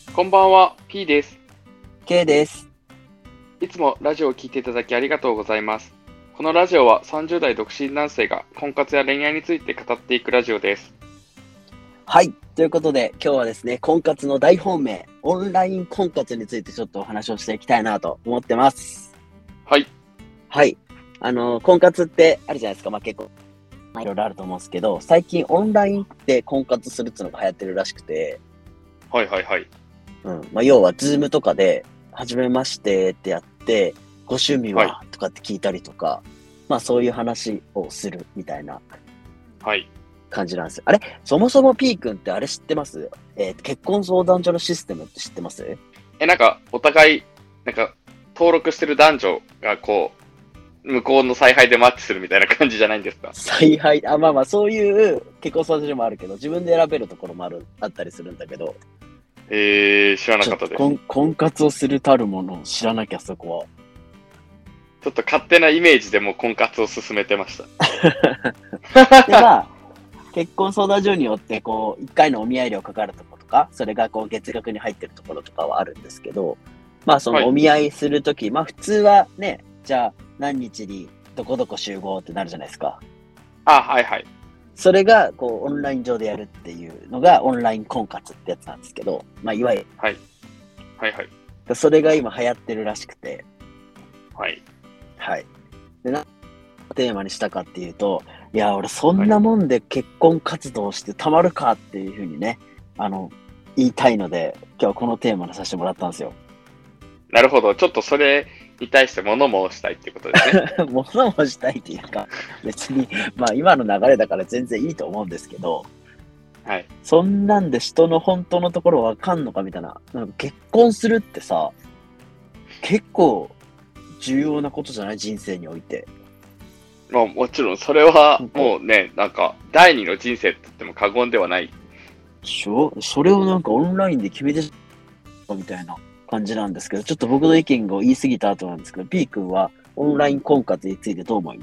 こんばんは、P です。 K です。 いつもラジオを聞いていただきありがとうございます。このラジオは30代独身男性が婚活や恋愛について語っていくラジオです。 はい。ということで、今日はですね、婚活の大本命、オンライン婚活についてちょっとお話をしていきたいなと思ってます。 はい。 はい。婚活ってあるじゃないですか。結構、いろいろあると思うんですけど、最近オンラインで婚活するっていうのが流行ってるらしくて、 はいはいはい。 要は、ズームとかで、はじめましてってやって、ご趣味はい。 はとかって聞いたりとか、そういう話をするみたいなはい。 感じなんですよ。あれそもそも P 君ってあれ知ってます？結婚相談所のシステムって知ってます？ お互い、登録してる男女が向こうの采配でマッチするみたいな感じじゃないんですか？ 采配、そういう結婚相談所もあるけど、自分で選べるところもあったりするんだけど、 知らなちょっとかったです。 婚活をするたるものを知らなきゃそこちょっと勝手なイメージでもう婚活を進めてました。 は。で、結婚相談所によって、1回のお見合い料かかるところとか、それが月額に入ってるところとかはあるんですけど、そはい。 のお見合いするとき、普通はね、じゃあ何日にどこどこ集合ってなるじゃないですか。 あ、はいはい。 それが、オンライン上でやるっていうのが、オンライン婚活ってやつなんですけど、いわゆはい。はいはい。 る、それが今流行ってるらしくて、 はい。 はい。で、テーマにしたかっていうと、いや、俺そはい。 んなもんで結婚活動してたまるかっていうふうにね、言いたいので、今日はこのテーマにさせてもらったんですよ。 なるほど。ちょっとそれに対して物申したいっていうことですね。 物申したいっていうか、別に、今の流れだから全然いいと思うんですけど、 はい。 そんなんで人の本当のところわかんのかみたいな。なんか結婚するってさ、結構重要なことじゃない？人生において。 まあもちろんそれはなんか、 もうね、第二の人生って言っても過言ではない。 それをなんかオンラインで決めてしまうみたいな感じなんですけど、ちょっと僕の意見が言い過ぎた後なんですけど、P 君はオンライン婚活についてどう思います？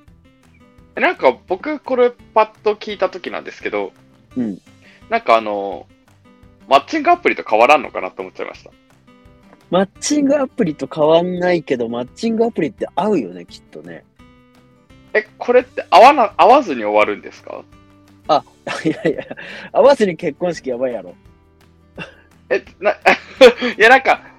僕これパッと聞いた時なんですけど、 うん。 なんかマッチングアプリと変わらんのかなと思っちゃいました。 マッチングアプリと変わんないけど、マッチングアプリって合うよね、きっとね。 これって合わずに終わるんですか？ あ、いやいや、合わずに結婚式やばいやろ。 え、な、いや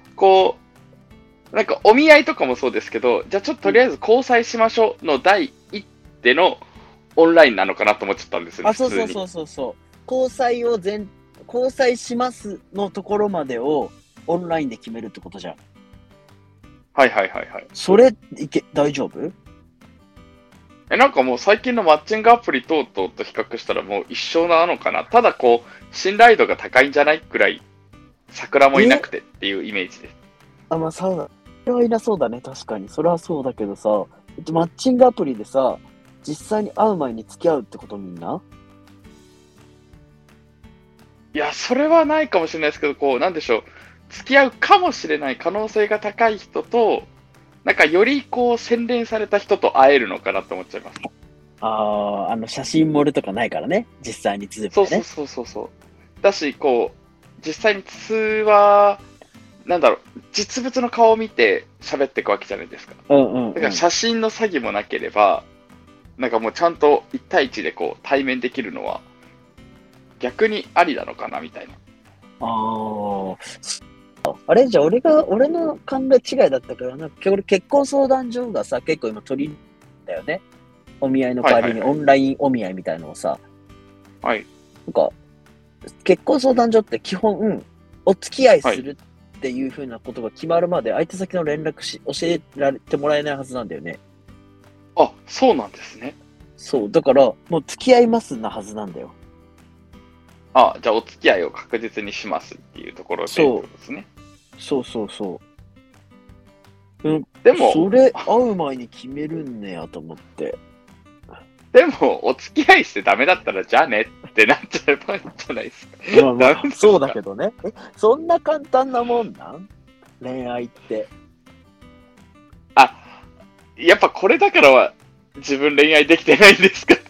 お見合いとかもそうですけど、じゃあちょっととりあえず交際しましょうの第一手のオンラインなのかなと思っちゃったんですよね、 あ、 普通に。 そう。交際を交際しますのところまでをオンラインで決めるってことじゃん。 はいはいはいはい。 それ、大丈夫？ もう最近のマッチングアプリ等々と比較したらもう一緒なのかな。ただ信頼度が高いんじゃないくらい、桜もいなえくてっていうイメージです。 そうだ。それはいなそうだね、確かに。それはそうだけどさ、マッチングアプリでさ、実際に会う前に付き合うってことみんな？ いや、それはないかもしれないですけど、なんでしょう。付き合うかもしれない可能性が高い人と、より洗練された人と会えるのかなと思っちゃいます。 写真盛るとかないからね。実際にズームでね。 そうそうそうそうそう。だし、実際に通話、実物の顔を見て喋っていくわけじゃないですか。だからうんうんうん。 写真の詐欺もなければ、もうちゃんと一対一で対面できるのは逆にありなのかなみたいな。 ああれじゃあ俺の考え違いだったからな。俺結婚相談所がさ、結構今取りだよね。お見合いの代わりにはいはいはい。 オンラインお見合いみたいなのをさ、 はい。 なんか、結婚相談所って基本、お付き合いはい。 するっていう風なことが決まるまで、相手先の連絡教えられてもらえないはずなんだよね。 あ、そうなんですね。 そう。だから、もう付き合いますなはずなんだよ。 あ、じゃあお付き合いを確実にしますっていうところでってそう。 ことですね。 うん。 でも、 それ、会う前に決めるんねやと思って。 でも、お付き合いしてダメだったらじゃあねってなっちゃえばいいんじゃないですか。ダメでそうすか？ だけどね。そんな簡単なもんなん恋愛って。 あ、やっぱこれだからは自分恋愛できてないんですか？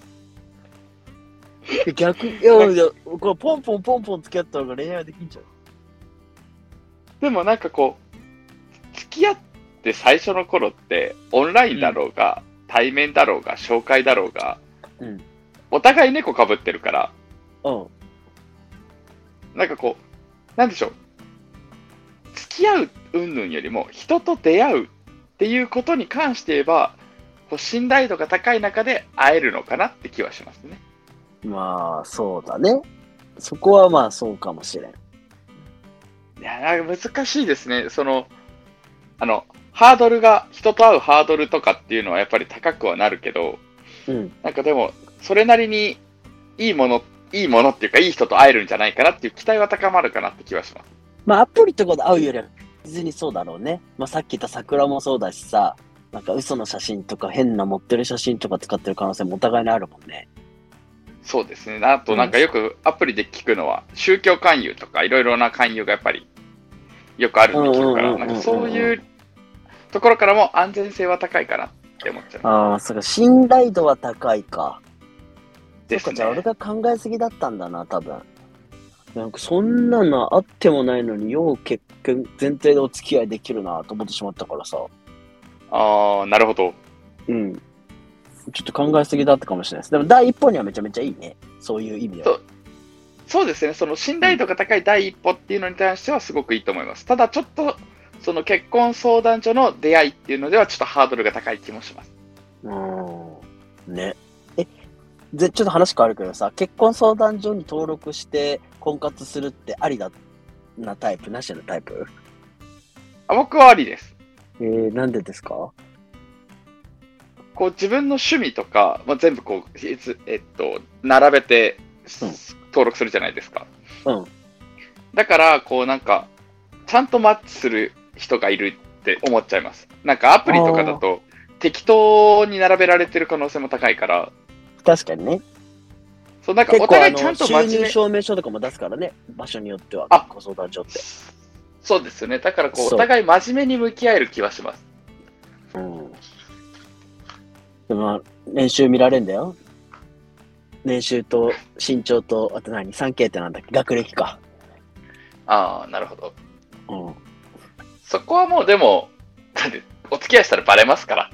いや、 なんかこれポンポン付き合った方が恋愛できんじゃん。 でもなんかこう、付き合って最初の頃って、オンラインだろうが、対面だろうが、紹介だろうが、 うん。 お互い猫被ってるから、 うん。 なんかこう、なんでしょう、付き合う云々よりも、人と出会うっていうことに関して言えば、こう信頼度が高い中で会えるのかなって気はしますね。 まあ、そうだね。そこはまあそうかもしれん。 いや、なんか難しいですね。ハードルが、人と会うハードルとかっていうのはやっぱり高くはなるけど、 うん。 なんかでも、それなりにいいもの、いいものっていうか、いい人と会えるんじゃないかなっていう期待は高まるかなって気はします。 まあ、アプリとかで会うよりは、別にそうだろうね。まあ、さっき言った桜もそうだしさ、なんか嘘の写真とか変な持ってる写真とか使ってる可能性もお互いにあるもんね。 そうですね。あとなんかよくアプリで聞くのは、宗教勧誘とかいろいろな勧誘がやっぱりよくあるって聞くから、なんかそういうところからも安全性は高いかなって思っちゃう。 ああ、そうか、信頼度は高いか。 ですね。 そうか、じゃあ俺が考えすぎだったんだな、多分。なんかそんなのあってもないのに、よう結婚前提でお付き合いできるなと思ってしまったからさ。 ああ、なるほど。 うん。ちょっと考えすぎだったかもしれないです。でも第一歩にはめちゃめちゃいいね。そういう意味では。 そうですね。その信頼度が高い第一歩っていうのに対してはすごくいいと思います。ただちょっと、その結婚相談所の出会いっていうのではちょっとハードルが高い気もします。 ね。ちょっと話変わるけどさ、結婚相談所に登録して婚活するってありだなタイプ、なしのタイプ？ 僕はありです。 なんでですか？ こう自分の趣味とか、全部こう、並べて登録するじゃないですか。 うん。 だから、こうなんか、ちゃんとマッチする人がいるって思っちゃいます。なんかアプリとかだと、適当に並べられてる可能性も高いから、 確かにね。 そう、なんかお互いちゃんと真面目。 収入証明書とかも出すからね、場所によっては、結婚相談所って。 そうですよね。だからこう、お互い真面目に向き合える気はします。 うん。でも、年収見られんだよ。年収と身長と、あと3K ってなんだっけ、学歴か。 ああ、なるほど。 うん。 そこはもうでも、だってお付き合いしたらバレますから。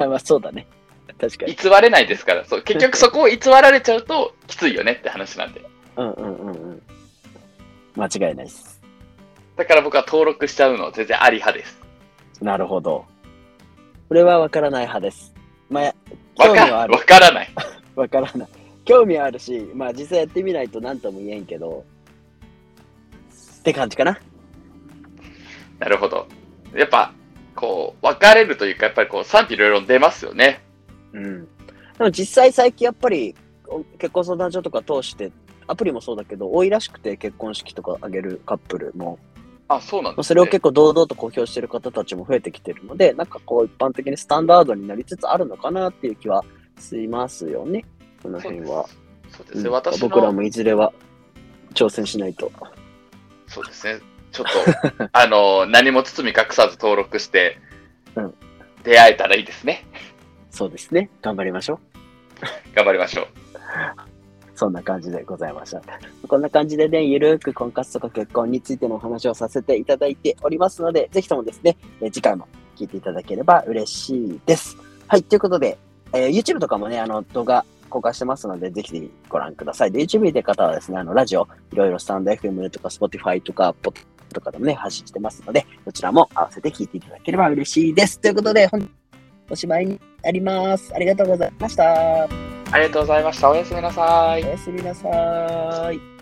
まあそうだね。確かに。 偽れないですから。そう、結局そこを偽られちゃうときついよねって話なんで。 うんうんうんうん。間違いないです。 だから僕は登録しちゃうの全然あり派です。 なるほど。これはわからない派です。まあ、興味はある。 わからない。 わからない。興味はあるし、まあ実際やってみないと何とも言えんけど、って感じかな。 なるほど。やっぱ、こう、分かれるというか、やっぱりこう、賛否両論出ますよね。 うん。でも実際最近やっぱり、結婚相談所とか通して、アプリもそうだけど、多いらしくて結婚式とかあげるカップルも。 あ、そうなんですね。 それを結構堂々と公表している方たちも増えてきてるので、なんかこう一般的にスタンダードになりつつあるのかなっていう気はしますよね。この辺は。 そうですね。私僕らもいずれは挑戦しないと。 そうですね。ちょっと、何も包み隠さず登録して、出会えたらいいですね。 そうですね。頑張りましょう。 頑張りましょう。 そんな感じでございました。こんな感じでね、ゆるーく婚活とか結婚についてのお話をさせていただいておりますので、ぜひともですね、次回も聞いていただければ嬉しいです。はい、ということで、YouTube とかもね、動画公開してますので、ぜひぜひご覧ください。で、YouTube 見てる方はですね、ラジオ、いろいろスタンド FM とか Spotify とか、ポッドとかでもね、発信してますので、どちらも合わせて聞いていただければ嬉しいです。ということで、本日おしまいになります。ありがとうございました。 ありがとうございました。おやすみなさい。 おやすみなさい。